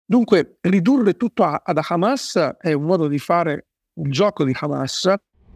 Dunque, ridurre tutto ad Hamas è un modo di fare il gioco di Hamas.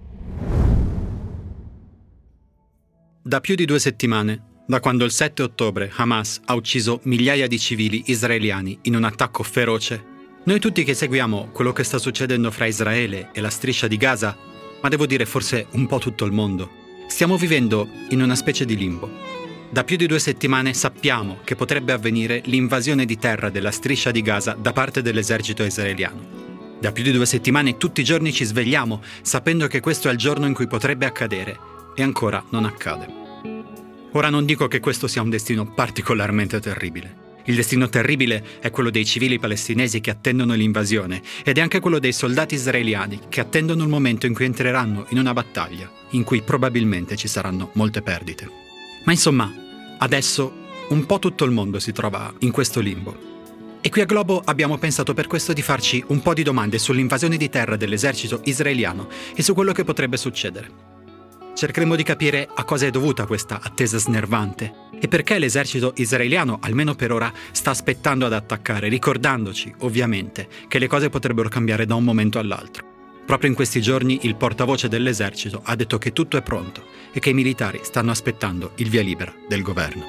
Da più di 2 settimane, da quando il 7 ottobre Hamas ha ucciso migliaia di civili israeliani in un attacco feroce, noi tutti che seguiamo quello che sta succedendo fra Israele e la striscia di Gaza, ma devo dire forse un po' tutto il mondo, stiamo vivendo in una specie di limbo. Da più di 2 settimane sappiamo che potrebbe avvenire l'invasione di terra della striscia di Gaza da parte dell'esercito israeliano. Da più di 2 settimane tutti i giorni ci svegliamo sapendo che questo è il giorno in cui potrebbe accadere e ancora non accade. Ora non dico che questo sia un destino particolarmente terribile. Il destino terribile è quello dei civili palestinesi che attendono l'invasione ed è anche quello dei soldati israeliani che attendono il momento in cui entreranno in una battaglia in cui probabilmente ci saranno molte perdite. Ma insomma, adesso un po' tutto il mondo si trova in questo limbo. E qui a Globo abbiamo pensato per questo di farci un po' di domande sull'invasione di terra dell'esercito israeliano e su quello che potrebbe succedere. Cercheremo di capire a cosa è dovuta questa attesa snervante e perché l'esercito israeliano, almeno per ora, sta aspettando ad attaccare, ricordandoci, ovviamente, che le cose potrebbero cambiare da un momento all'altro. Proprio in questi giorni il portavoce dell'esercito ha detto che tutto è pronto e che i militari stanno aspettando il via libera del governo.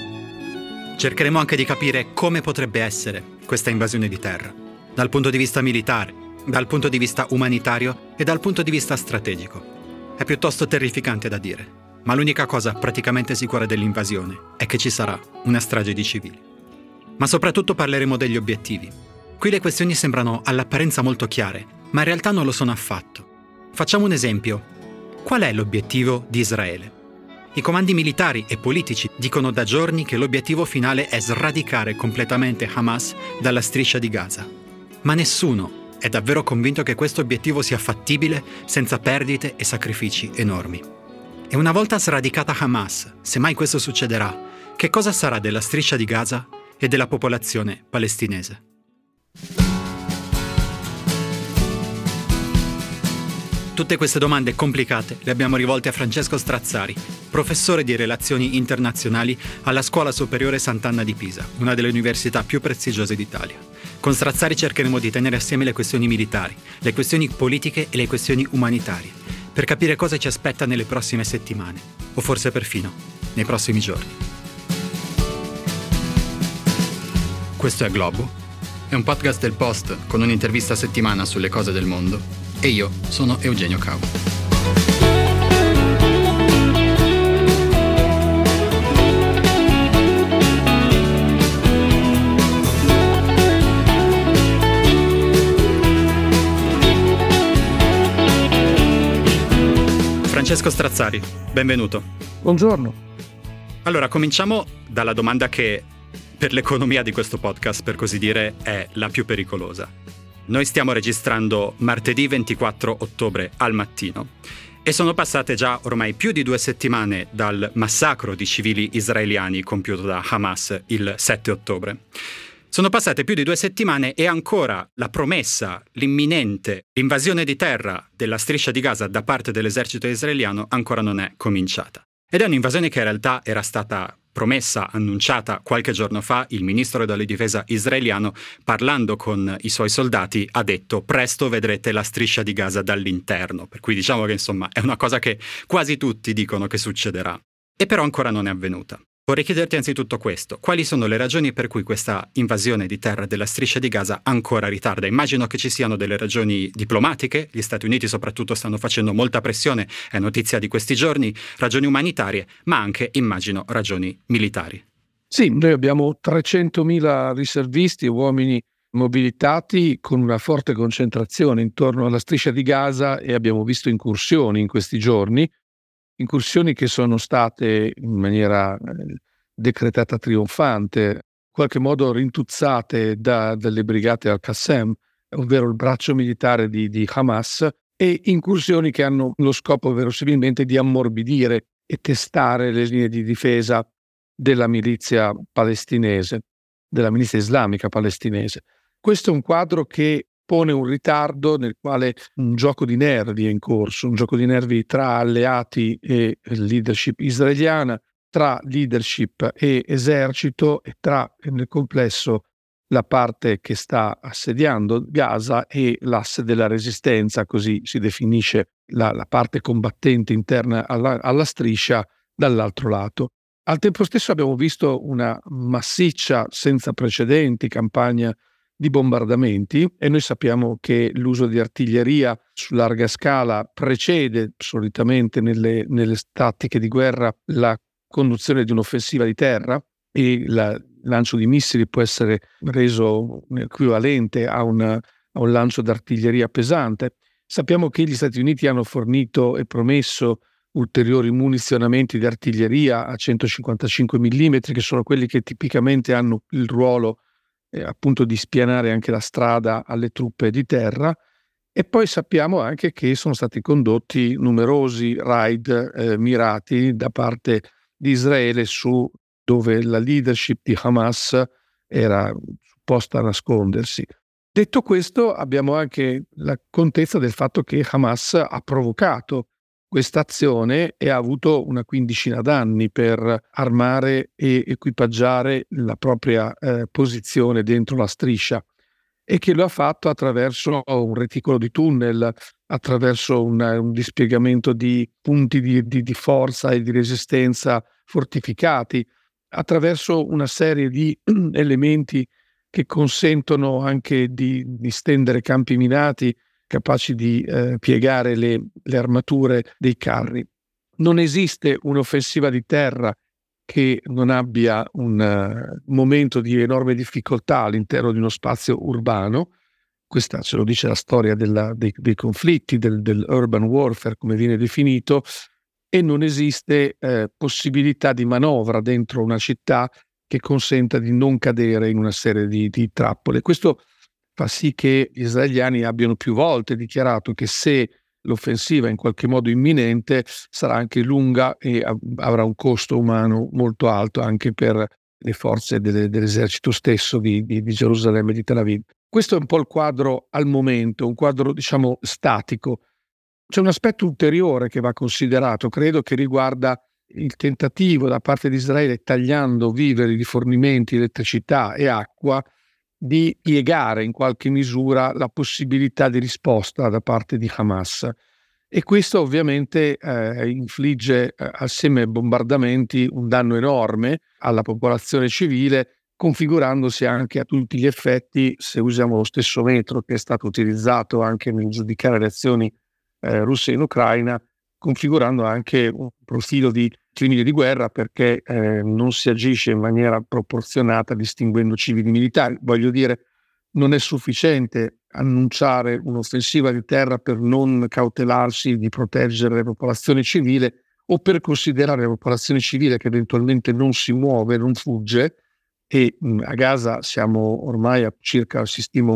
Cercheremo anche di capire come potrebbe essere questa invasione di terra, dal punto di vista militare, dal punto di vista umanitario e dal punto di vista strategico. È piuttosto terrificante da dire, ma l'unica cosa praticamente sicura dell'invasione è che ci sarà una strage di civili. Ma soprattutto parleremo degli obiettivi. Qui le questioni sembrano all'apparenza molto chiare, ma in realtà non lo sono affatto. Facciamo un esempio. Qual è l'obiettivo di Israele? I comandi militari e politici dicono da giorni che l'obiettivo finale è sradicare completamente Hamas dalla striscia di Gaza. Ma nessuno è davvero convinto che questo obiettivo sia fattibile senza perdite e sacrifici enormi. E una volta sradicata Hamas, se mai questo succederà, che cosa sarà della striscia di Gaza e della popolazione palestinese? Tutte queste domande complicate le abbiamo rivolte a Francesco Strazzari, professore di Relazioni Internazionali alla Scuola Superiore Sant'Anna di Pisa, una delle università più prestigiose d'Italia. Con Strazzari cercheremo di tenere assieme le questioni militari, le questioni politiche e le questioni umanitarie, per capire cosa ci aspetta nelle prossime settimane, o forse perfino nei prossimi giorni. Questo è Globo, è un podcast del Post con un'intervista a settimana sulle cose del mondo. E io sono Eugenio Cau. Francesco Strazzari, benvenuto. Buongiorno. Allora, cominciamo dalla domanda che per l'economia di questo podcast, per così dire, è la più pericolosa. Noi stiamo registrando martedì 24 ottobre al mattino e sono passate già ormai più di 2 settimane dal massacro di civili israeliani compiuto da Hamas il 7 ottobre. Sono passate più di 2 settimane e ancora la promessa, l'imminente invasione di terra della striscia di Gaza da parte dell'esercito israeliano ancora non è cominciata. Ed è un'invasione che in realtà era stata promessa, annunciata qualche giorno fa. Il ministro della difesa israeliano, parlando con i suoi soldati, ha detto: presto vedrete la striscia di Gaza dall'interno. Per cui diciamo che insomma è una cosa che quasi tutti dicono che succederà. E però ancora non è avvenuta. Vorrei chiederti anzitutto questo: quali sono le ragioni per cui questa invasione di terra della striscia di Gaza ancora ritarda? Immagino che ci siano delle ragioni diplomatiche, gli Stati Uniti soprattutto stanno facendo molta pressione, è notizia di questi giorni, ragioni umanitarie, ma anche, immagino, ragioni militari. Sì, noi abbiamo 300.000 riservisti e uomini mobilitati con una forte concentrazione intorno alla striscia di Gaza e abbiamo visto incursioni in questi giorni. Incursioni che sono state in maniera decretata trionfante, in qualche modo rintuzzate dalle brigate Al-Qassam, ovvero il braccio militare di Hamas, e incursioni che hanno lo scopo verosimilmente di ammorbidire e testare le linee di difesa della milizia palestinese, della milizia islamica palestinese. Questo è un quadro che pone un ritardo nel quale un gioco di nervi è in corso, un gioco di nervi tra alleati e leadership israeliana, tra leadership e esercito e tra, nel complesso, la parte che sta assediando Gaza e l'asse della resistenza, così si definisce la parte combattente interna alla striscia dall'altro lato. Al tempo stesso abbiamo visto una massiccia, senza precedenti, campagna di bombardamenti e noi sappiamo che l'uso di artiglieria su larga scala precede solitamente nelle tattiche di guerra la conduzione di un'offensiva di terra e il lancio di missili può essere reso equivalente a un lancio d'artiglieria pesante. Sappiamo che gli Stati Uniti hanno fornito e promesso ulteriori munizionamenti di artiglieria a 155 mm, che sono quelli che tipicamente hanno il ruolo appunto di spianare anche la strada alle truppe di terra. E poi sappiamo anche che sono stati condotti numerosi raid mirati da parte di Israele su dove la leadership di Hamas era supposta a nascondersi. Detto questo, abbiamo anche la contezza del fatto che Hamas ha provocato questa azione e ha avuto una quindicina d'anni per armare e equipaggiare la propria posizione dentro la striscia e che lo ha fatto attraverso un reticolo di tunnel, attraverso un dispiegamento di punti di forza e di resistenza fortificati, attraverso una serie di elementi che consentono anche di stendere campi minati capaci di piegare le armature dei carri. Non esiste un'offensiva di terra che non abbia un momento di enorme difficoltà all'interno di uno spazio urbano. Questa ce lo dice la storia dei conflitti, del urban warfare, come viene definito, e non esiste possibilità di manovra dentro una città che consenta di non cadere in una serie di trappole. Questo fa sì che gli israeliani abbiano più volte dichiarato che se l'offensiva è in qualche modo imminente sarà anche lunga e avrà un costo umano molto alto anche per le forze dell'esercito stesso di Gerusalemme e di Tel Aviv. Questo è un po' il quadro al momento, un quadro diciamo statico. C'è un aspetto ulteriore che va considerato, credo, che riguarda il tentativo da parte di Israele, tagliando viveri, rifornimenti, elettricità e acqua, di piegare in qualche misura la possibilità di risposta da parte di Hamas. E questo ovviamente infligge, assieme ai bombardamenti, un danno enorme alla popolazione civile, configurandosi anche a tutti gli effetti, se usiamo lo stesso metro che è stato utilizzato anche nel giudicare le azioni russe in Ucraina, configurando anche un profilo di crimine di guerra perché non si agisce in maniera proporzionata distinguendo civili e militari. Voglio dire, non è sufficiente annunciare un'offensiva di terra per non cautelarsi di proteggere la popolazione civile o per considerare la popolazione civile che eventualmente non si muove, non fugge, e a Gaza siamo ormai a circa, si stima,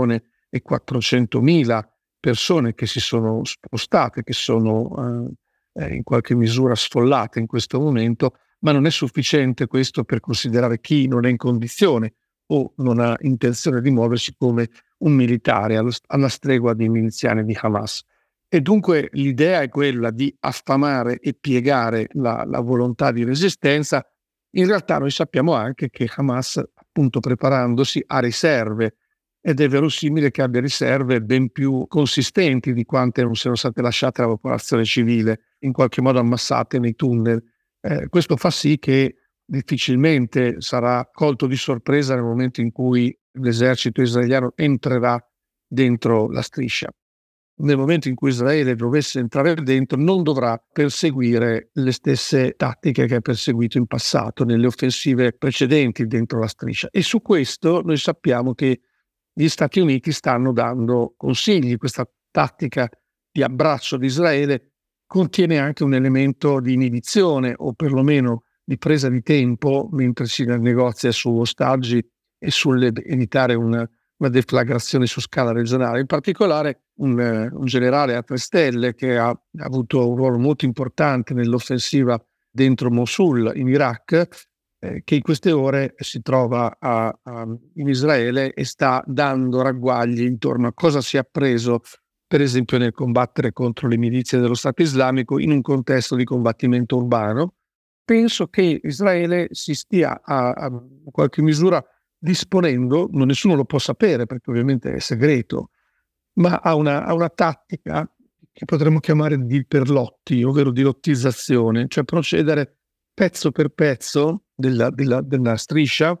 1.400.000 persone che si sono spostate, che sono in qualche misura sfollate in questo momento, ma non è sufficiente questo per considerare chi non è in condizione o non ha intenzione di muoversi come un militare alla stregua dei miliziani di Hamas. E dunque l'idea è quella di affamare e piegare la volontà di resistenza. In realtà noi sappiamo anche che Hamas, appunto preparandosi, ha riserve ed è verosimile che abbia riserve ben più consistenti di quante non siano state lasciate alla popolazione civile, in qualche modo ammassate nei tunnel. Questo fa sì che difficilmente sarà colto di sorpresa nel momento in cui l'esercito israeliano entrerà dentro la striscia. Nel momento in cui Israele dovesse entrare dentro, non dovrà perseguire le stesse tattiche che ha perseguito in passato nelle offensive precedenti dentro la striscia. E su questo noi sappiamo che gli Stati Uniti stanno dando consigli. Questa tattica di abbraccio di Israele contiene anche un elemento di inibizione o perlomeno di presa di tempo mentre si negozia su ostaggi e sull'evitare una deflagrazione su scala regionale. In particolare un generale a 3 stelle che ha avuto un ruolo molto importante nell'offensiva dentro Mosul in Iraq, che in queste ore si trova in Israele e sta dando ragguagli intorno a cosa si è appreso, per esempio nel combattere contro le milizie dello Stato islamico in un contesto di combattimento urbano. Penso che Israele si stia in qualche misura disponendo, nessuno lo può sapere perché ovviamente è segreto, ma ha una tattica che potremmo chiamare di perlotti, ovvero di lottizzazione, cioè procedere pezzo per pezzo della striscia,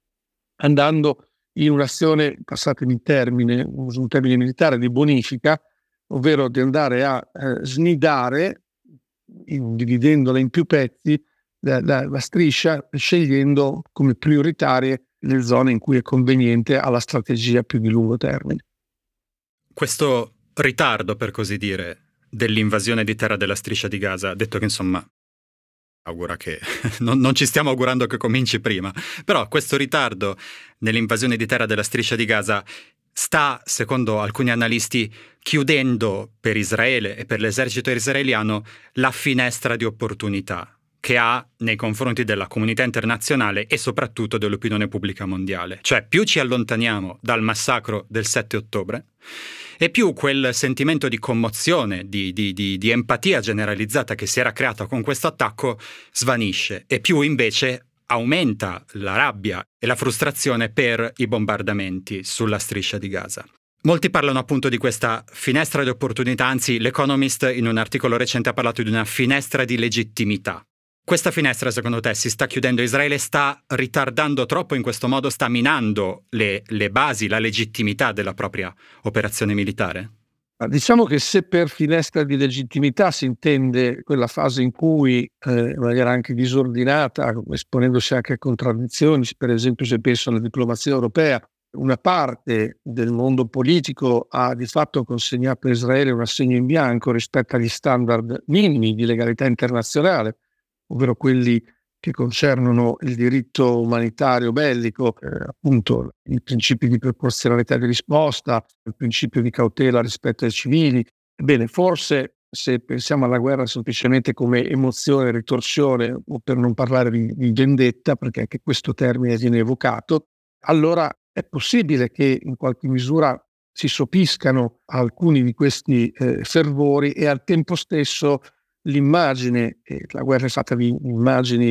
andando in un'azione, passatemi il termine, uso un termine militare, di bonifica, ovvero di andare a snidare, dividendola in più pezzi, la striscia, scegliendo come prioritarie le zone in cui è conveniente alla strategia più di lungo termine. Questo ritardo, per così dire, dell'invasione di terra della striscia di Gaza, detto che insomma augura che non ci stiamo augurando che cominci prima, però questo ritardo nell'invasione di terra della striscia di Gaza sta, secondo alcuni analisti, chiudendo per Israele e per l'esercito israeliano la finestra di opportunità che ha nei confronti della comunità internazionale e soprattutto dell'opinione pubblica mondiale. Cioè, più ci allontaniamo dal massacro del 7 ottobre, e più quel sentimento di commozione, di empatia generalizzata che si era creata con questo attacco svanisce, e più invece aumenta la rabbia e la frustrazione per i bombardamenti sulla striscia di Gaza. Molti parlano appunto di questa finestra di opportunità, anzi l'Economist in un articolo recente ha parlato di una finestra di legittimità. Questa finestra, secondo te, si sta chiudendo? Israele sta ritardando troppo in questo modo, sta minando le basi, la legittimità della propria operazione militare? Diciamo che se per finestra di legittimità si intende quella fase in cui, in maniera anche disordinata, esponendosi anche a contraddizioni, per esempio se penso alla diplomazia europea, una parte del mondo politico ha di fatto consegnato a Israele un assegno in bianco rispetto agli standard minimi di legalità internazionale, ovvero quelli che concernono il diritto umanitario bellico, appunto i principi di proporzionalità di risposta, il principio di cautela rispetto ai civili. Ebbene, forse se pensiamo alla guerra semplicemente come emozione, ritorsione, o per non parlare di vendetta, perché anche questo termine viene evocato, allora è possibile che in qualche misura si sopiscano alcuni di questi fervori e al tempo stesso l'immagine, la guerra è fatta di immagini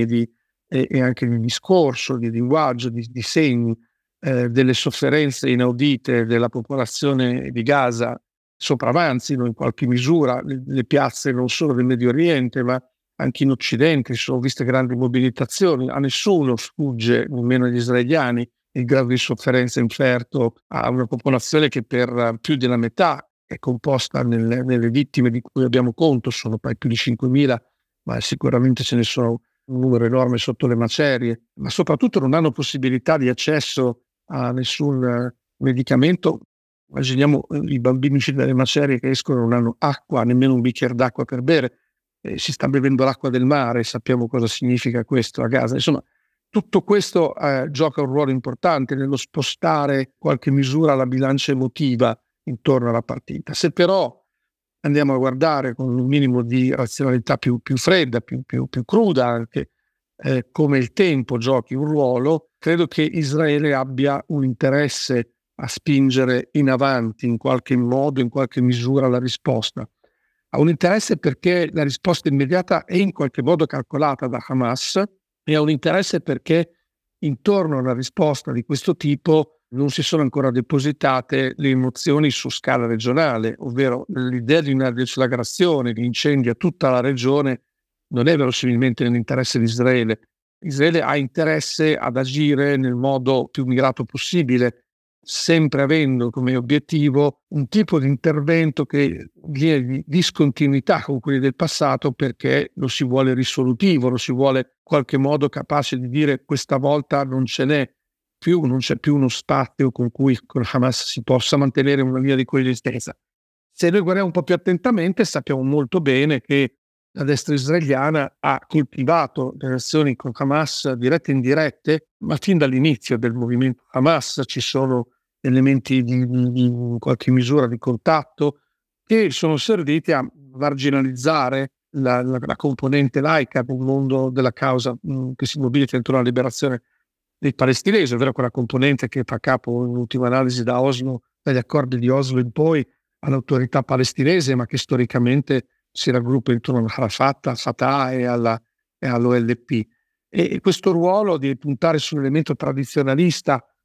e anche di discorso, di linguaggio, di segni, delle sofferenze inaudite della popolazione di Gaza sopravanzino in qualche misura le piazze non solo del Medio Oriente, ma anche in Occidente. Si sono viste grandi mobilitazioni, a nessuno sfugge, nemmeno agli israeliani, il grado di sofferenza inferto a una popolazione che per più della metà è composta nelle vittime di cui abbiamo conto, sono poi più di 5.000, ma sicuramente ce ne sono un numero enorme sotto le macerie, ma soprattutto non hanno possibilità di accesso a nessun medicamento. Immaginiamo i bambini usciti dalle macerie che escono, non hanno acqua, nemmeno un bicchiere d'acqua per bere, si sta bevendo l'acqua del mare, sappiamo cosa significa questo a Gaza. Insomma, tutto questo gioca un ruolo importante nello spostare in qualche misura la bilancia emotiva intorno alla partita. Se però andiamo a guardare con un minimo di razionalità più fredda, più cruda anche, come il tempo giochi un ruolo, credo che Israele abbia un interesse a spingere in avanti in qualche modo, in qualche misura la risposta. Ha un interesse perché la risposta immediata è in qualche modo calcolata da Hamas, e ha un interesse perché intorno a una risposta di questo tipo non si sono ancora depositate le emozioni su scala regionale, ovvero l'idea di una deflagrazione che incendia tutta la regione non è verosimilmente nell'interesse di Israele. Israele ha interesse ad agire nel modo più mirato possibile, sempre avendo come obiettivo un tipo di intervento che viene di discontinuità con quelli del passato, perché lo si vuole risolutivo, lo si vuole in qualche modo capace di dire questa volta non c'è più uno spazio con cui con Hamas si possa mantenere una linea di coesistenza. Se noi guardiamo un po' più attentamente, sappiamo molto bene che la destra israeliana ha coltivato relazioni con Hamas dirette e indirette, ma fin dall'inizio del movimento Hamas ci sono elementi di in qualche misura di contatto che sono serviti a marginalizzare la componente laica del mondo della causa che si mobilita intorno alla liberazione dei palestinesi, ovvero quella componente che fa capo in ultima analisi da Oslo, dagli accordi di Oslo in poi, all'autorità palestinese, ma che storicamente si raggruppa intorno all'Arafat, al Fatah e all'OLP. E questo ruolo di puntare su un elemento tradizionalista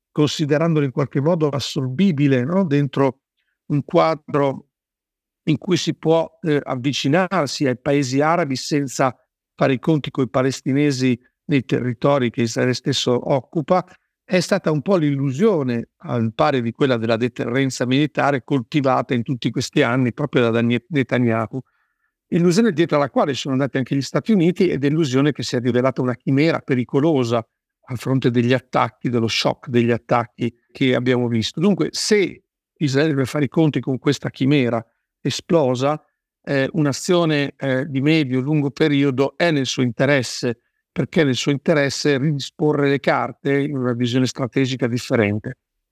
considerandolo in qualche modo assorbibile, no? Dentro un quadro in cui si può avvicinarsi ai paesi arabi senza fare i conti coi palestinesi nei territori che Israele stesso occupa, è stata un po' l'illusione, al pari di quella della deterrenza militare, coltivata in tutti questi anni proprio da Netanyahu. Illusione dietro alla quale sono andati anche gli Stati Uniti, ed illusione che si è rivelata una chimera pericolosa a fronte degli attacchi, dello shock degli attacchi che abbiamo visto. Dunque, se Israele deve fare i conti con questa chimera esplosa, un'azione di medio-lungo periodo è nel suo interesse, perché è nel suo interesse ridisporre le carte in una visione strategica differente.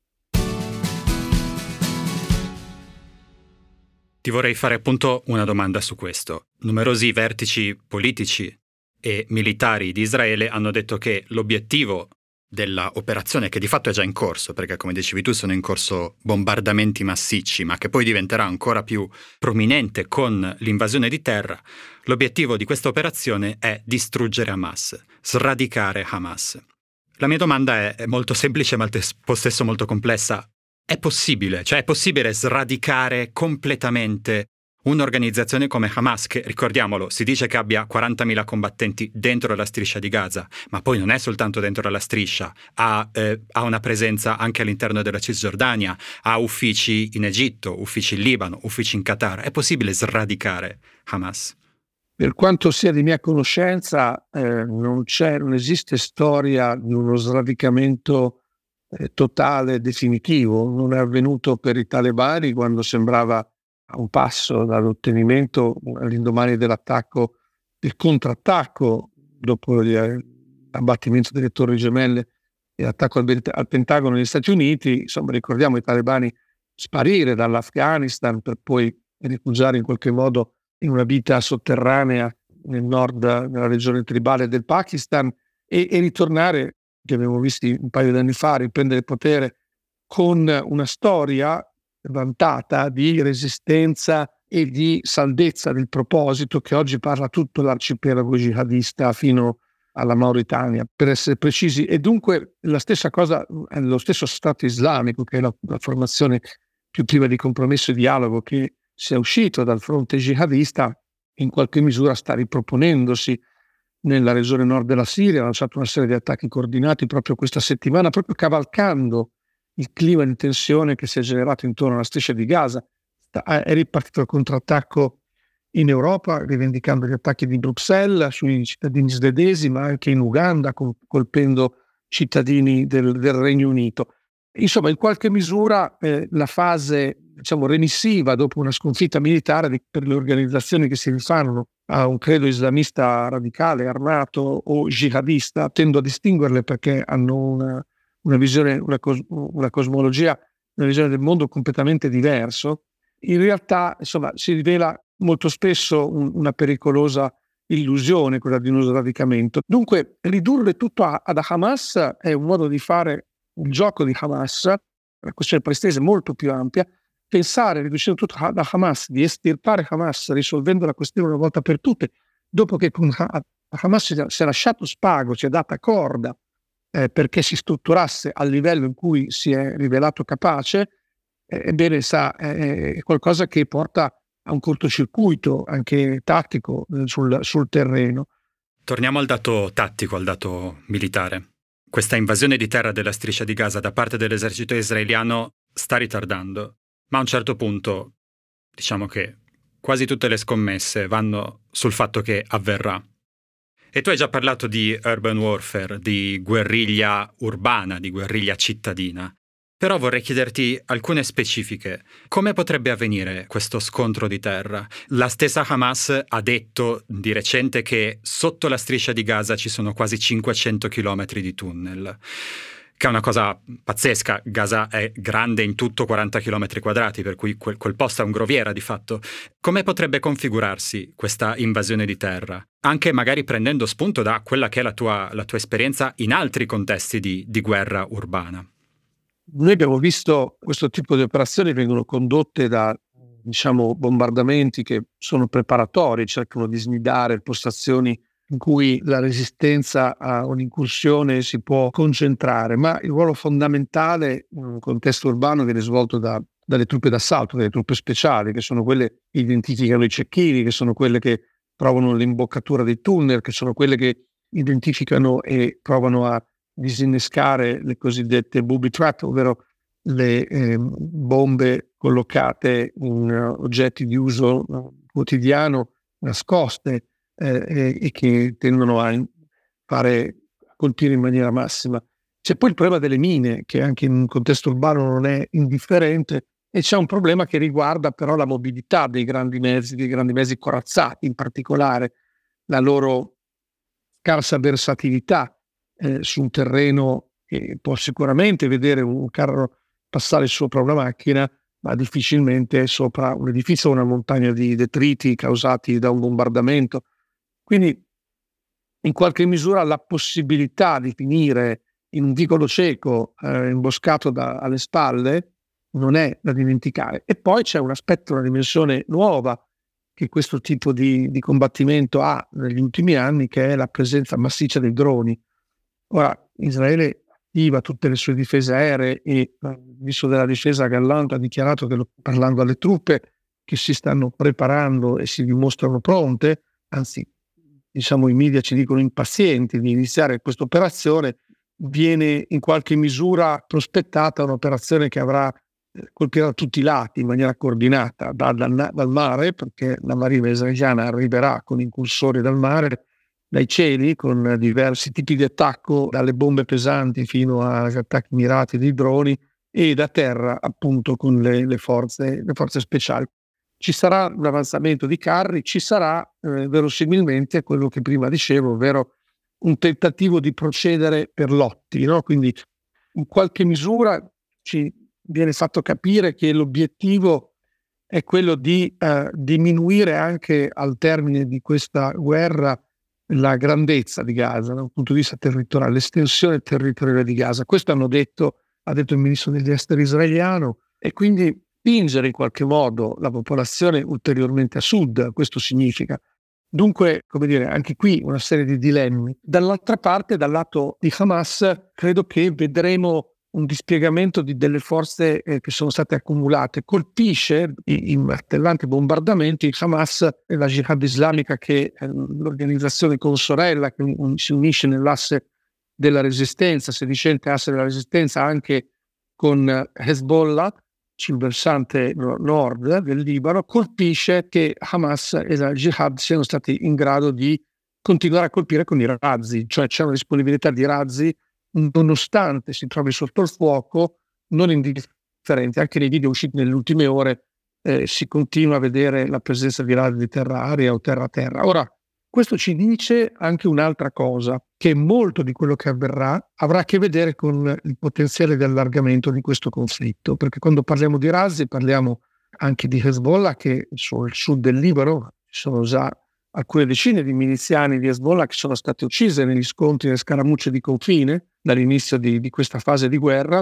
Ti vorrei fare appunto una domanda su questo. Numerosi vertici politici e militari di Israele hanno detto che l'obiettivo della operazione, che di fatto è già in corso, perché come dicevi tu sono in corso bombardamenti massicci, ma che poi diventerà ancora più prominente con l'invasione di terra, l'obiettivo di questa operazione è distruggere Hamas, sradicare Hamas. La mia domanda è molto semplice ma al tempo stesso molto complessa. È possibile? Cioè è possibile sradicare completamente un'organizzazione come Hamas, che, ricordiamolo, si dice che abbia 40.000 combattenti dentro la striscia di Gaza, ma poi non è soltanto dentro la striscia, ha una presenza anche all'interno della Cisgiordania, ha uffici in Egitto, uffici in Libano, uffici in Qatar. È possibile sradicare Hamas? Per quanto sia di mia conoscenza, non esiste storia di uno sradicamento totale, definitivo. Non è avvenuto per i talebani quando sembrava a un passo dall'ottenimento, all'indomani dell'attacco, del contrattacco dopo l'abbattimento delle Torri Gemelle e l'attacco al Pentagono negli Stati Uniti. Insomma, ricordiamo i talebani sparire dall'Afghanistan per poi rifugiare in qualche modo in una vita sotterranea nel nord, nella regione tribale del Pakistan, e ritornare, che abbiamo visto un paio di anni fa, riprendere il potere con una storia vantata di resistenza e di saldezza del proposito, che oggi parla tutto l'arcipelago jihadista fino alla Mauritania, per essere precisi. E dunque la stessa cosa, lo stesso Stato islamico, che è la formazione più priva di compromesso e dialogo che sia uscito dal fronte jihadista, in qualche misura sta riproponendosi nella regione nord della Siria. Ha lanciato una serie di attacchi coordinati proprio questa settimana, proprio cavalcando il clima di tensione che si è generato intorno alla striscia di Gaza. È ripartito il contrattacco in Europa, rivendicando gli attacchi di Bruxelles sui cittadini svedesi, ma anche in Uganda, colpendo cittadini del Regno Unito. Insomma, in qualche misura la fase, diciamo, remissiva dopo una sconfitta militare per le organizzazioni che si rifanno a un credo islamista radicale, armato o jihadista. Tendo a distinguerle perché hanno una visione, una cosmologia, una visione del mondo completamente diverso. In realtà, insomma, si rivela molto spesso una pericolosa illusione, quella di uno sradicamento. Dunque, ridurre tutto ad Hamas è un modo di fare il gioco di Hamas, la questione palestinese è molto più ampia. Pensare, riducendo tutto da Hamas, di estirpare Hamas, risolvendo la questione una volta per tutte, dopo che con Hamas si è lasciato spago, si è data corda perché si strutturasse al livello in cui si è rivelato capace, ebbene è qualcosa che porta a un cortocircuito anche tattico sul terreno. Torniamo al dato tattico, al dato militare. Questa invasione di terra della striscia di Gaza da parte dell'esercito israeliano sta ritardando, ma a un certo punto diciamo che quasi tutte le scommesse vanno sul fatto che avverrà. E tu hai già parlato di urban warfare, di guerriglia urbana, di guerriglia cittadina. Però vorrei chiederti alcune specifiche. Come potrebbe avvenire questo scontro di terra? La stessa Hamas ha detto di recente che sotto la striscia di Gaza ci sono quasi 500 chilometri di tunnel, che è una cosa pazzesca. Gaza è grande in tutto 40 chilometri quadrati, per cui quel posto è un groviera di fatto. Come potrebbe configurarsi questa invasione di terra? Anche magari prendendo spunto da quella che è la tua esperienza in altri contesti di guerra urbana. Noi abbiamo visto questo tipo di operazioni vengono condotte da, bombardamenti che sono preparatori, cercano di snidare postazioni in cui la resistenza a un'incursione si può concentrare, ma il ruolo fondamentale in un contesto urbano viene svolto dalle truppe d'assalto, dalle truppe speciali, che sono quelle che identificano i cecchini, che sono quelle che trovano l'imboccatura dei tunnel, che sono quelle che identificano e provano a disinnescare le cosiddette booby trap, ovvero le bombe collocate in oggetti di uso quotidiano, nascoste, e che tendono a colpire in maniera massima. C'è poi il problema delle mine, che anche in un contesto urbano non è indifferente, e c'è un problema che riguarda però la mobilità dei grandi mezzi corazzati, in particolare la loro scarsa versatilità su un terreno che può sicuramente vedere un carro passare sopra una macchina, ma difficilmente sopra un edificio o una montagna di detriti causati da un bombardamento. Quindi in qualche misura la possibilità di finire in un vicolo cieco imboscato alle spalle non è da dimenticare. E poi c'è un aspetto, una dimensione nuova che questo tipo di combattimento ha negli ultimi anni, che è la presenza massiccia dei droni. Ora, Israele attiva tutte le sue difese aeree e il ministro della difesa Gallant ha dichiarato che, parlando alle truppe, che si stanno preparando e si dimostrano pronte, anzi, diciamo, i media ci dicono impazienti di iniziare questa operazione. Viene in qualche misura prospettata un'operazione che colpirà tutti i lati in maniera coordinata dal mare, perché la marina israeliana arriverà con incursori dal mare, dai cieli con diversi tipi di attacco, dalle bombe pesanti fino agli attacchi mirati dei droni, e da terra appunto con le forze speciali. Ci sarà un avanzamento di carri, ci sarà verosimilmente quello che prima dicevo, ovvero un tentativo di procedere per lotti, no? Quindi in qualche misura ci viene fatto capire che l'obiettivo è quello di diminuire anche al termine di questa guerra la grandezza di Gaza da un punto di vista territoriale, l'estensione territoriale di Gaza. Questo ha detto il ministro degli esteri israeliano, e quindi spingere in qualche modo la popolazione ulteriormente a sud. Questo significa dunque, come dire, anche qui una serie di dilemmi. Dall'altra parte, dal lato di Hamas, credo che vedremo un dispiegamento delle forze che sono state accumulate. Colpisce i martellanti bombardamenti Hamas e la Jihad islamica, che è l'organizzazione consorella che si unisce nell'asse della resistenza, sedicente asse della resistenza, anche con Hezbollah sul versante nord del Libano. Colpisce che Hamas e la Jihad siano stati in grado di continuare a colpire con i razzi, cioè c'è una disponibilità di razzi nonostante si trovi sotto il fuoco, non indifferente. Anche nei video usciti nelle ultime ore si continua a vedere la presenza di razzi di terra-aria o terra-terra. Ora, questo ci dice anche un'altra cosa, che molto di quello che avverrà avrà a che vedere con il potenziale di allargamento di questo conflitto, perché quando parliamo di razzi parliamo anche di Hezbollah, che sul sud del Libano ci sono già alcune decine di miliziani di Hezbollah che sono state uccise negli scontri, nelle scaramucce di confine dall'inizio di questa fase di guerra,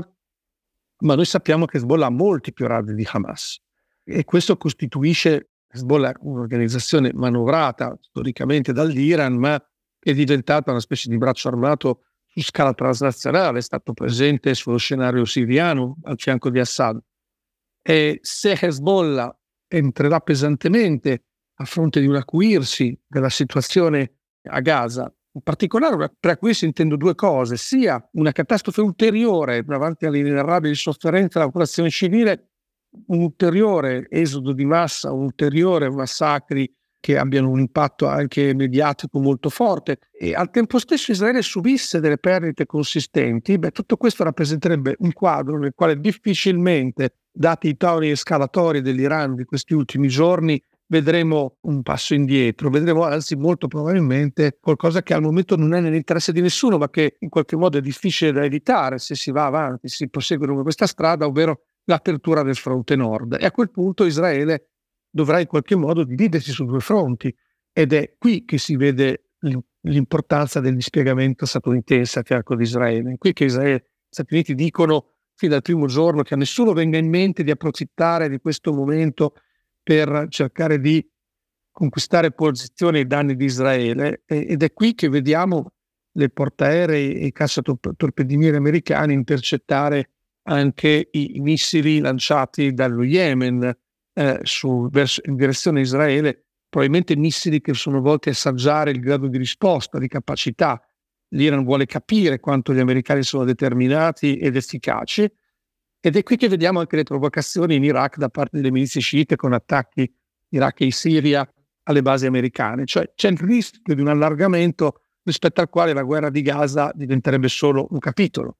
ma noi sappiamo che Hezbollah ha molti più razzi di Hamas, e questo costituisce Hezbollah un'organizzazione manovrata storicamente dall'Iran, ma è diventata una specie di braccio armato su scala transnazionale, è stato presente sullo scenario siriano al fianco di Assad. E se Hezbollah entrerà pesantemente a fronte di un acuirsi della situazione a Gaza, in particolare per acuirsi intendo due cose: sia una catastrofe ulteriore davanti all'inenarrabile sofferenza della popolazione civile, un ulteriore esodo di massa, ulteriori massacri che abbiano un impatto anche mediatico molto forte, e al tempo stesso Israele subisse delle perdite consistenti, tutto questo rappresenterebbe un quadro nel quale difficilmente, dati i toni escalatori dell'Iran di questi ultimi giorni, vedremo un passo indietro, vedremo anzi molto probabilmente qualcosa che al momento non è nell'interesse di nessuno, ma che in qualche modo è difficile da evitare se si va avanti, si prosegue lungo questa strada, ovvero l'apertura del fronte nord. E a quel punto Israele dovrà in qualche modo dividersi su due fronti, ed è qui che si vede l'importanza del dispiegamento statunitense a fianco di Israele. È qui che gli Stati Uniti dicono fin dal primo giorno che a nessuno venga in mente di approfittare di questo momento per cercare di conquistare posizioni ai danni di Israele, ed è qui che vediamo le portaerei e i cacciatorpediniere americani intercettare anche i missili lanciati dallo Yemen in direzione Israele, probabilmente missili che sono volti a assaggiare il grado di risposta, di capacità. L'Iran vuole capire quanto gli americani sono determinati ed efficaci, ed è qui che vediamo anche le provocazioni in Iraq da parte delle milizie sciite con attacchi in Iraq e in Siria alle basi americane. Cioè c'è il rischio di un allargamento rispetto al quale la guerra di Gaza diventerebbe solo un capitolo.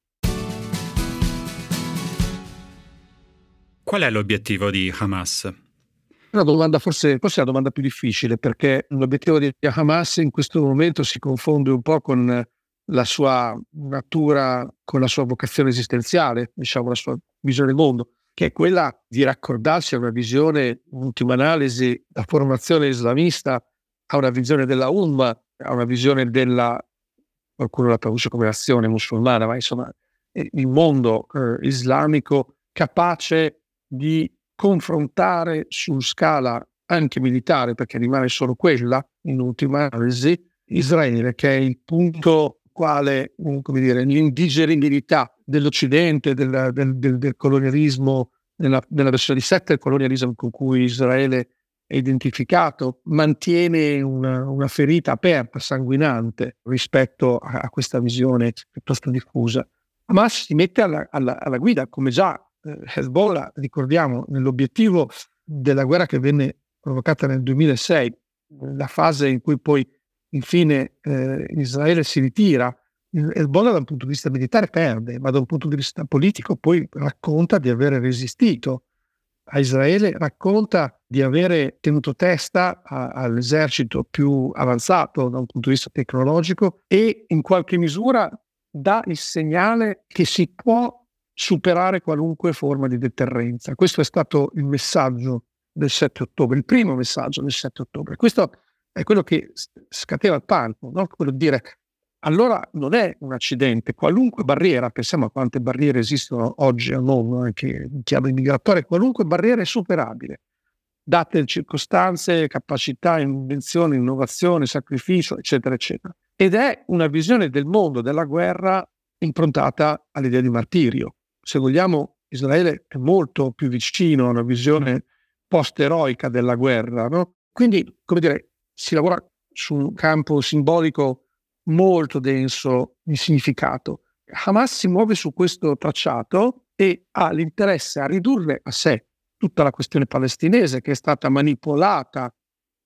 Qual è l'obiettivo di Hamas? Una domanda forse è la domanda più difficile, perché l'obiettivo di Hamas in questo momento si confonde un po' con la sua natura, con la sua vocazione esistenziale, diciamo la sua visione del mondo, che è quella di raccordarsi a una visione, in ultima analisi, da formazione islamista a una visione della Ummah, a una visione della, qualcuno la traduce come azione musulmana, ma insomma il mondo islamico capace di confrontare su scala anche militare, perché rimane solo quella, in ultima analisi, Israele, che è il punto quale, come dire, l'indigeribilità dell'Occidente, del colonialismo, nella versione di Sette, il colonialismo con cui Israele è identificato, mantiene una ferita aperta, sanguinante, rispetto a questa visione piuttosto diffusa. Hamas si mette alla guida, come già Hezbollah, ricordiamo, nell'obiettivo della guerra che venne provocata nel 2006, la fase in cui poi infine Israele si ritira. Hezbollah da un punto di vista militare perde, ma da un punto di vista politico poi racconta di avere resistito a Israele, racconta di avere tenuto testa all'esercito più avanzato da un punto di vista tecnologico, e in qualche misura dà il segnale che si può superare qualunque forma di deterrenza. Questo è stato il messaggio del 7 ottobre, il primo messaggio del 7 ottobre. Questo è quello che scatena il panico, no? Quello di dire: allora non è un accidente, qualunque barriera, pensiamo a quante barriere esistono oggi al mondo, anche in chiave migratoria, qualunque barriera è superabile, date le circostanze, capacità, invenzione, innovazione, sacrificio, eccetera, eccetera. Ed è una visione del mondo, della guerra, improntata all'idea di martirio. Se vogliamo, Israele è molto più vicino a una visione post-eroica della guerra, no? Quindi, come dire, si lavora su un campo simbolico molto denso di significato. Hamas si muove su questo tracciato e ha l'interesse a ridurre a sé tutta la questione palestinese, che è stata manipolata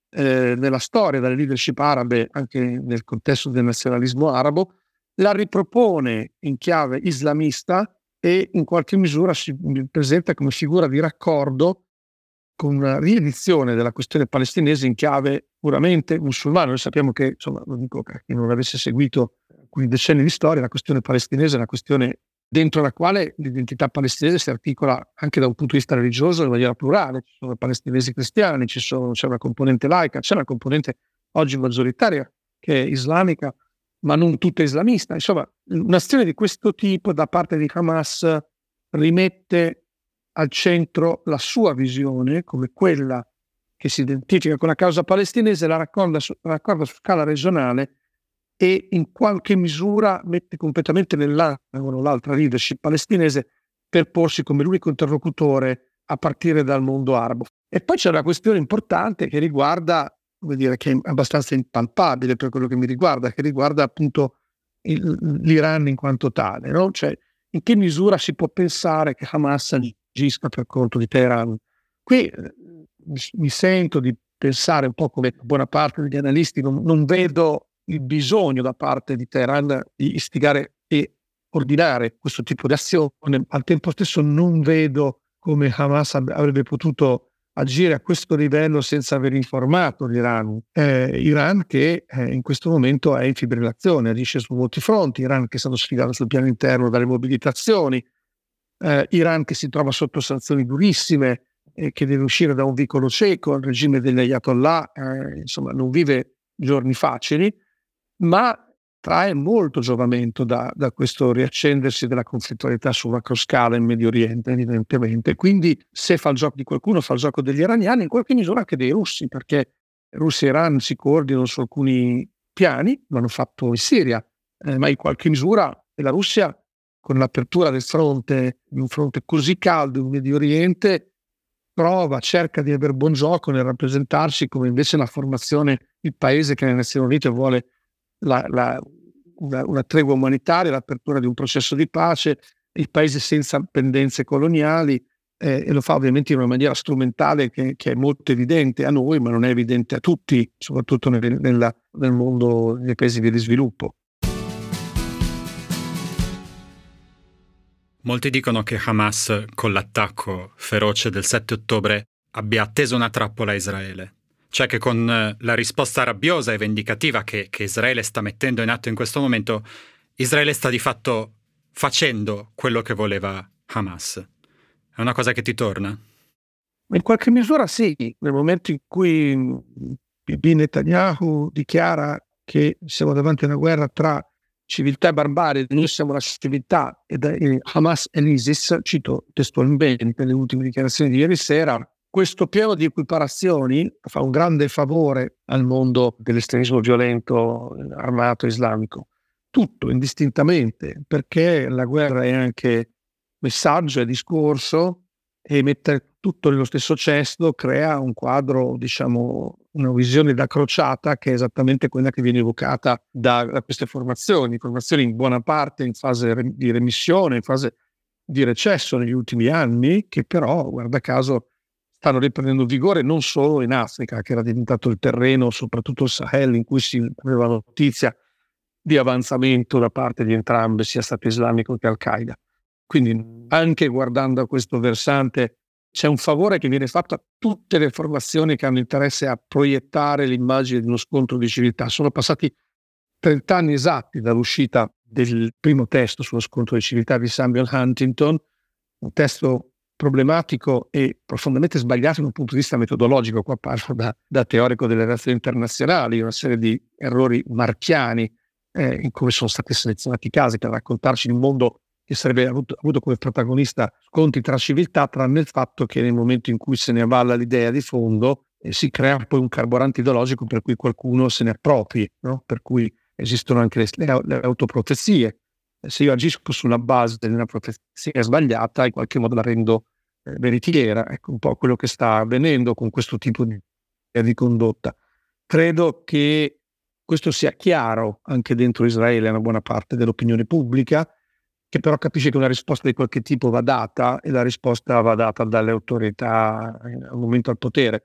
nella storia dalle leadership arabe, anche nel contesto del nazionalismo arabo, la ripropone in chiave islamista e in qualche misura si presenta come figura di raccordo con una riedizione della questione palestinese in chiave puramente musulmana. Noi sappiamo che, insomma, lo dico per chi non avesse seguito alcuni decenni di storia, la questione palestinese è una questione dentro la quale l'identità palestinese si articola anche da un punto di vista religioso in maniera plurale. Ci sono palestinesi cristiani, c'è una componente laica, c'è una componente oggi maggioritaria che è islamica, ma non tutta islamista. Insomma, un'azione di questo tipo da parte di Hamas rimette al centro la sua visione come quella che si identifica con la causa palestinese, la raccorda su scala regionale e in qualche misura mette completamente nell'angolo l'altra leadership palestinese per porsi come l'unico interlocutore a partire dal mondo arabo. E poi c'è una questione importante che riguarda, come dire, che è abbastanza impalpabile per quello che mi riguarda, che riguarda appunto l'Iran in quanto tale, no? Cioè, in che misura si può pensare che Hamas agisca per conto di Teheran? Qui mi sento di pensare un po' come buona parte degli analisti, non vedo il bisogno da parte di Teheran di istigare e ordinare questo tipo di azione. Al tempo stesso non vedo come Hamas avrebbe potuto agire a questo livello senza aver informato l'Iran. Iran che in questo momento è in fibrillazione, agisce su molti fronti, Iran che è stato sfidato sul piano interno dalle mobilitazioni, Iran che si trova sotto sanzioni durissime e che deve uscire da un vicolo cieco, il regime degli Ayatollah insomma non vive giorni facili, ma trae molto giovamento da questo riaccendersi della conflittualità su macroscala in Medio Oriente, evidentemente. Quindi se fa il gioco di qualcuno, fa il gioco degli iraniani, in qualche misura anche dei russi, perché Russia e Iran si coordinano su alcuni piani, l'hanno fatto in Siria, ma in qualche misura la Russia, con l'apertura del fronte, di un fronte così caldo in Medio Oriente, cerca di aver buon gioco nel rappresentarsi come invece la formazione, il paese che nelle Nazioni Unite vuole una tregua umanitaria, l'apertura di un processo di pace, il paese senza pendenze coloniali, e lo fa ovviamente in una maniera strumentale che è molto evidente a noi, ma non è evidente a tutti, soprattutto nel mondo, nei paesi di sviluppo. Molti dicono che Hamas, con l'attacco feroce del 7 ottobre, abbia atteso una trappola a Israele. Cioè che con la risposta rabbiosa e vendicativa che Israele sta mettendo in atto in questo momento, Israele sta di fatto facendo quello che voleva Hamas. È una cosa che ti torna? In qualche misura sì, nel momento in cui Bibi Netanyahu dichiara che siamo davanti a una guerra tra civiltà e barbarie, noi siamo la civiltà e Hamas e l'ISIS, cito testualmente le ultime dichiarazioni di ieri sera, questo piano di equiparazioni fa un grande favore al mondo dell'estremismo violento armato islamico, tutto indistintamente, perché la guerra è anche messaggio, è discorso, e mettere tutto nello stesso cesto crea un quadro, diciamo, una visione da crociata che è esattamente quella che viene evocata da queste formazioni in buona parte in fase di remissione, in fase di recesso negli ultimi anni, che però, guarda caso, stanno riprendendo vigore non solo in Africa, che era diventato il terreno, soprattutto il Sahel, in cui si aveva notizia di avanzamento da parte di entrambe, sia Stato Islamico che Al-Qaeda. Quindi anche guardando a questo versante c'è un favore che viene fatto a tutte le formazioni che hanno interesse a proiettare l'immagine di uno scontro di civiltà. Sono passati 30 anni esatti dall'uscita del primo testo sullo scontro di civiltà di Samuel Huntington, un testo problematico e profondamente sbagliato da un punto di vista metodologico. Qua parlo da teorico delle relazioni internazionali, una serie di errori marchiani in come sono stati selezionati i casi per raccontarci di un mondo che sarebbe avuto come protagonista scontri tra civiltà, tranne il fatto che nel momento in cui se ne avvalla l'idea di fondo si crea poi un carburante ideologico per cui qualcuno se ne appropri, no? Per cui esistono anche le autoprofezie. Se io agisco sulla base di una profezia sbagliata, in qualche modo la rendo veritiera. Ecco un po' quello che sta avvenendo con questo tipo di condotta. Credo che questo sia chiaro anche dentro Israele a una buona parte dell'opinione pubblica, che però capisce che una risposta di qualche tipo va data, e la risposta va data dalle autorità al momento al potere.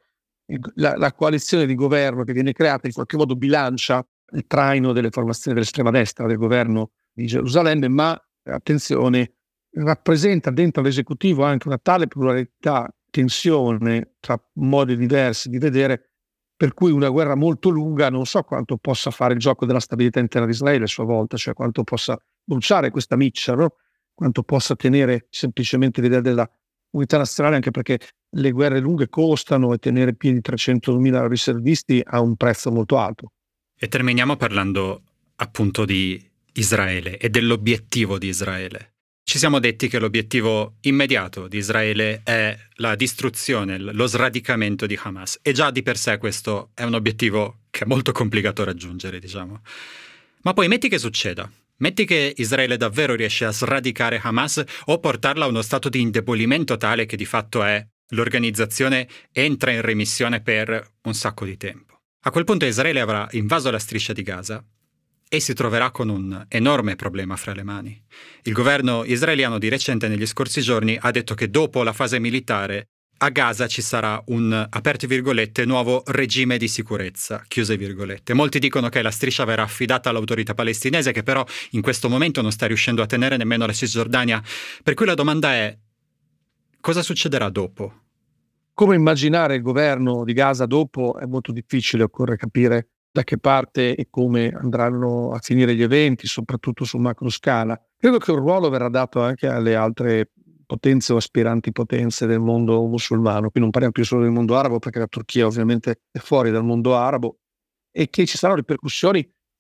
La coalizione di governo che viene creata in qualche modo bilancia il traino delle formazioni dell'estrema destra del governo di Gerusalemme, ma attenzione, rappresenta dentro l'esecutivo anche una tale pluralità, tensione tra modi diversi di vedere, per cui una guerra molto lunga non so quanto possa fare il gioco della stabilità interna di Israele a sua volta, cioè quanto possa bruciare questa miccia, no? Quanto possa tenere semplicemente l'idea della unità nazionale, anche perché le guerre lunghe costano e tenere più di 300.000 riservisti ha un prezzo molto alto. E terminiamo parlando appunto di Israele e dell'obiettivo di Israele. Ci siamo detti che l'obiettivo immediato di Israele è la distruzione, lo sradicamento di Hamas. E già di per sé questo è un obiettivo che è molto complicato raggiungere, diciamo. Ma poi metti che succeda. Metti che Israele davvero riesce a sradicare Hamas o portarla a uno stato di indebolimento tale che di fatto è l'organizzazione entra in remissione per un sacco di tempo. A quel punto Israele avrà invaso la striscia di Gaza e si troverà con un enorme problema fra le mani. Il governo israeliano di recente, negli scorsi giorni, ha detto che dopo la fase militare a Gaza ci sarà un, aperte virgolette, nuovo regime di sicurezza, chiuse virgolette. Molti dicono che la striscia verrà affidata all'autorità palestinese, che però in questo momento non sta riuscendo a tenere nemmeno la Cisgiordania. Per cui la domanda è: cosa succederà dopo? Come immaginare il governo di Gaza dopo è molto difficile, occorre capire da che parte e come andranno a finire gli eventi, soprattutto su macro scala. Credo che un ruolo verrà dato anche alle altre potenze o aspiranti potenze del mondo musulmano. Qui non parliamo più solo del mondo arabo, perché la Turchia ovviamente è fuori dal mondo arabo, e che ci saranno ripercussioni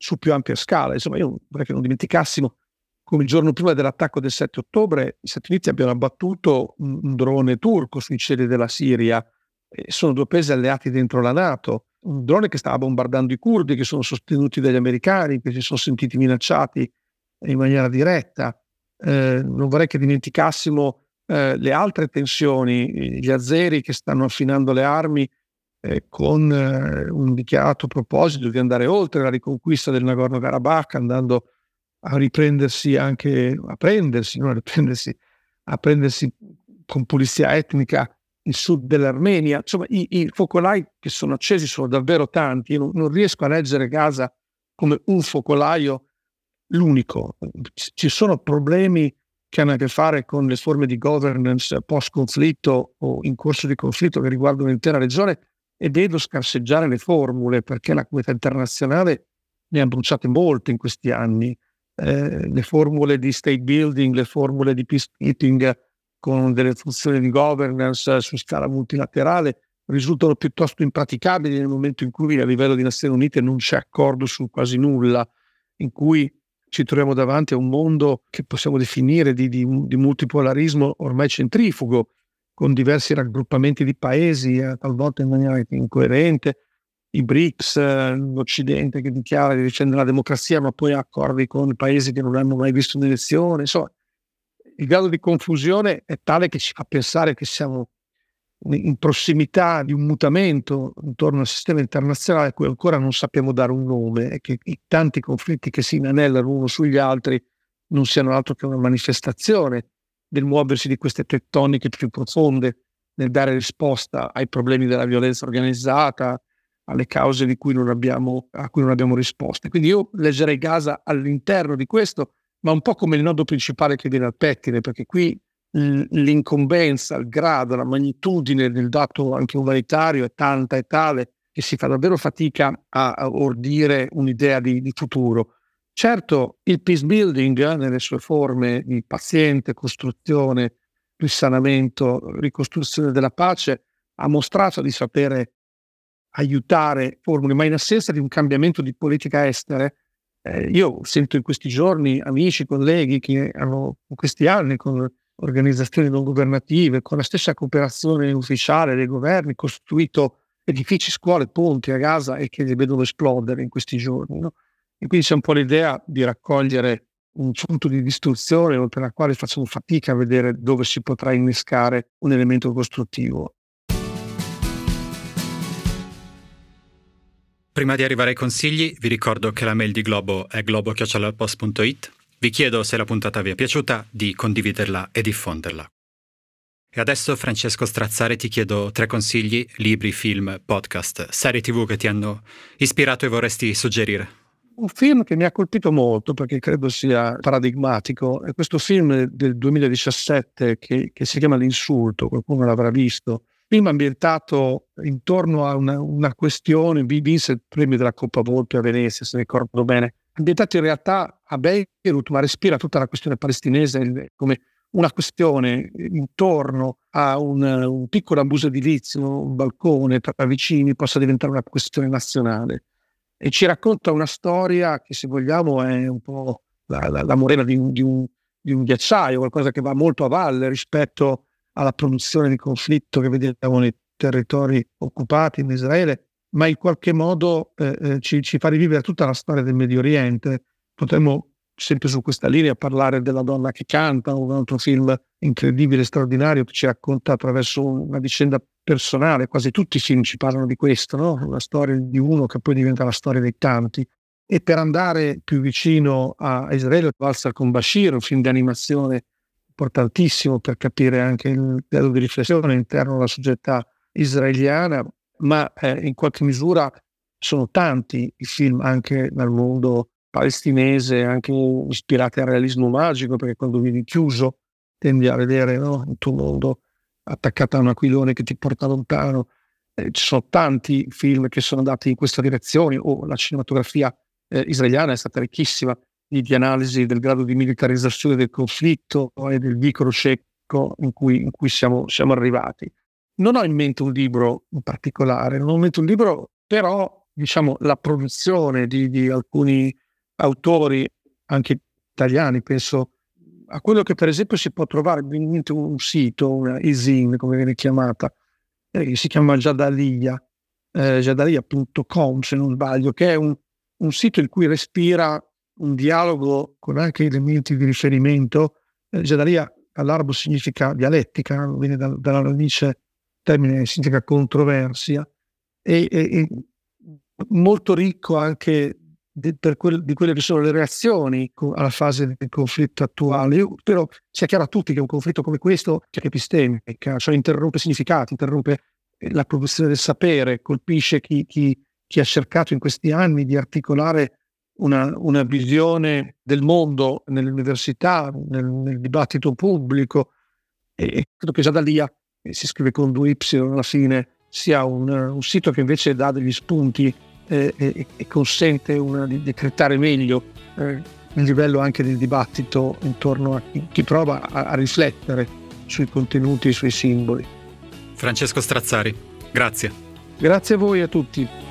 su più ampia scala. Insomma, io vorrei che non dimenticassimo come il giorno prima dell'attacco del 7 ottobre gli Stati Uniti abbiano abbattuto un drone turco sui cieli della Siria. Sono 2 paesi alleati dentro la NATO. Un drone che stava bombardando i curdi, che sono sostenuti dagli americani, che si sono sentiti minacciati in maniera diretta. Non vorrei che dimenticassimo le altre tensioni, gli azeri che stanno affinando le armi con un dichiarato proposito di andare oltre la riconquista del Nagorno-Karabakh, andando a riprendersi anche, a prendersi con pulizia etnica il sud dell'Armenia. Insomma, i focolai che sono accesi sono davvero tanti. Io non riesco a leggere Gaza come un focolaio l'unico. Ci sono problemi che hanno a che fare con le forme di governance post-conflitto o in corso di conflitto che riguardano l'intera regione, e vedo scarseggiare le formule, perché la comunità internazionale ne ha bruciate molte in questi anni. Le formule di state building, le formule di peacekeeping con delle funzioni di governance su scala multilaterale risultano piuttosto impraticabili nel momento in cui a livello di Nazioni Unite non c'è accordo su quasi nulla, in cui ci troviamo davanti a un mondo che possiamo definire di multipolarismo ormai centrifugo, con diversi raggruppamenti di paesi, talvolta in maniera incoerente, i BRICS, l'Occidente che dichiara di difendere la democrazia, ma poi ha accordi con paesi che non hanno mai visto un'elezione. Insomma, il grado di confusione è tale che ci fa pensare che siamo in prossimità di un mutamento intorno al sistema internazionale a cui ancora non sappiamo dare un nome, e che i tanti conflitti che si inanellano uno sugli altri non siano altro che una manifestazione del muoversi di queste tettoniche più profonde nel dare risposta ai problemi della violenza organizzata, alle cause a cui non abbiamo risposte. Quindi io leggerei Gaza all'interno di questo, ma un po' come il nodo principale che viene al pettine, perché qui l'incombenza, il grado, la magnitudine del dato anche umanitario è tanta e tale che si fa davvero fatica a ordire un'idea di futuro. Certo, il peace building nelle sue forme di paziente costruzione, risanamento, ricostruzione della pace ha mostrato di sapere aiutare formule, ma in assenza di un cambiamento di politica estera. Io sento in questi giorni amici, colleghi che hanno in questi anni con organizzazioni non governative, con la stessa cooperazione ufficiale dei governi, costruito edifici, scuole, ponti a Gaza, e che li vedono esplodere in questi giorni, no? E quindi c'è un po' l'idea di raccogliere un punto di distruzione oltre la quale facciamo fatica a vedere dove si potrà innescare un elemento costruttivo. Prima di arrivare ai consigli, vi ricordo che la mail di Globo è globo@post.it. Vi chiedo, se la puntata vi è piaciuta, di condividerla e diffonderla. E adesso, Francesco Strazzare, ti chiedo 3 consigli: libri, film, podcast, serie TV che ti hanno ispirato e vorresti suggerire. Un film che mi ha colpito molto, perché credo sia paradigmatico, è questo film del 2017 che si chiama L'insulto, qualcuno l'avrà visto. Film ambientato intorno a una questione, vinse il premio della Coppa Volpi a Venezia, se ricordo bene. Ambientato in realtà a Beirut, ma respira tutta la questione palestinese come una questione intorno a un piccolo abuso edilizio, un balcone tra vicini, possa diventare una questione nazionale. E ci racconta una storia che, se vogliamo, è un po' la morena di un ghiacciaio, qualcosa che va molto a valle rispetto alla produzione di conflitto che vediamo nei territori occupati in Israele, ma in qualche modo ci fa rivivere tutta la storia del Medio Oriente. Potremmo, sempre su questa linea, parlare della donna che canta, un altro film incredibile, straordinario, che ci racconta attraverso una vicenda personale. Quasi tutti i film ci parlano di questo, no? La storia di uno che poi diventa la storia dei tanti. E per andare più vicino a Israele, Valsa con Bashir, un film di animazione importantissimo per capire anche il grado di riflessione interno alla società israeliana, ma in qualche misura sono tanti i film anche nel mondo palestinese, anche ispirati al realismo magico, perché quando vivi chiuso tendi a vedere, no, il tuo mondo attaccato a un aquilone che ti porta lontano. Ci sono tanti film che sono andati in questa direzione, o la cinematografia israeliana è stata ricchissima di analisi del grado di militarizzazione del conflitto e del vicolo cieco in cui siamo arrivati. Non ho in mente un libro in particolare, non ho in mente un libro, però diciamo, la produzione di alcuni autori, anche italiani. Penso a quello che per esempio si può trovare in un sito, una e-zine come viene chiamata, che si chiama Jadalia, jadalia.com se non sbaglio, che è un sito in cui respira un dialogo con anche elementi di riferimento. Jadalia all'arabo significa dialettica, viene dalla radice, termine significa controversia, e molto ricco anche di quelle che sono le reazioni alla fase del conflitto attuale. Io spero sia chiaro a tutti che un conflitto come questo è epistemica, cioè interrompe significati, interrompe la produzione del sapere, colpisce chi ha cercato in questi anni di articolare una visione del mondo nelle università, nel dibattito pubblico, e credo che Jadalia, si scrive con 2 Y alla fine, sia un sito che invece dà degli spunti e consente di decretare meglio il livello anche del dibattito intorno a chi prova a riflettere sui contenuti e sui simboli. Francesco Strazzari, grazie. Grazie a voi e a tutti.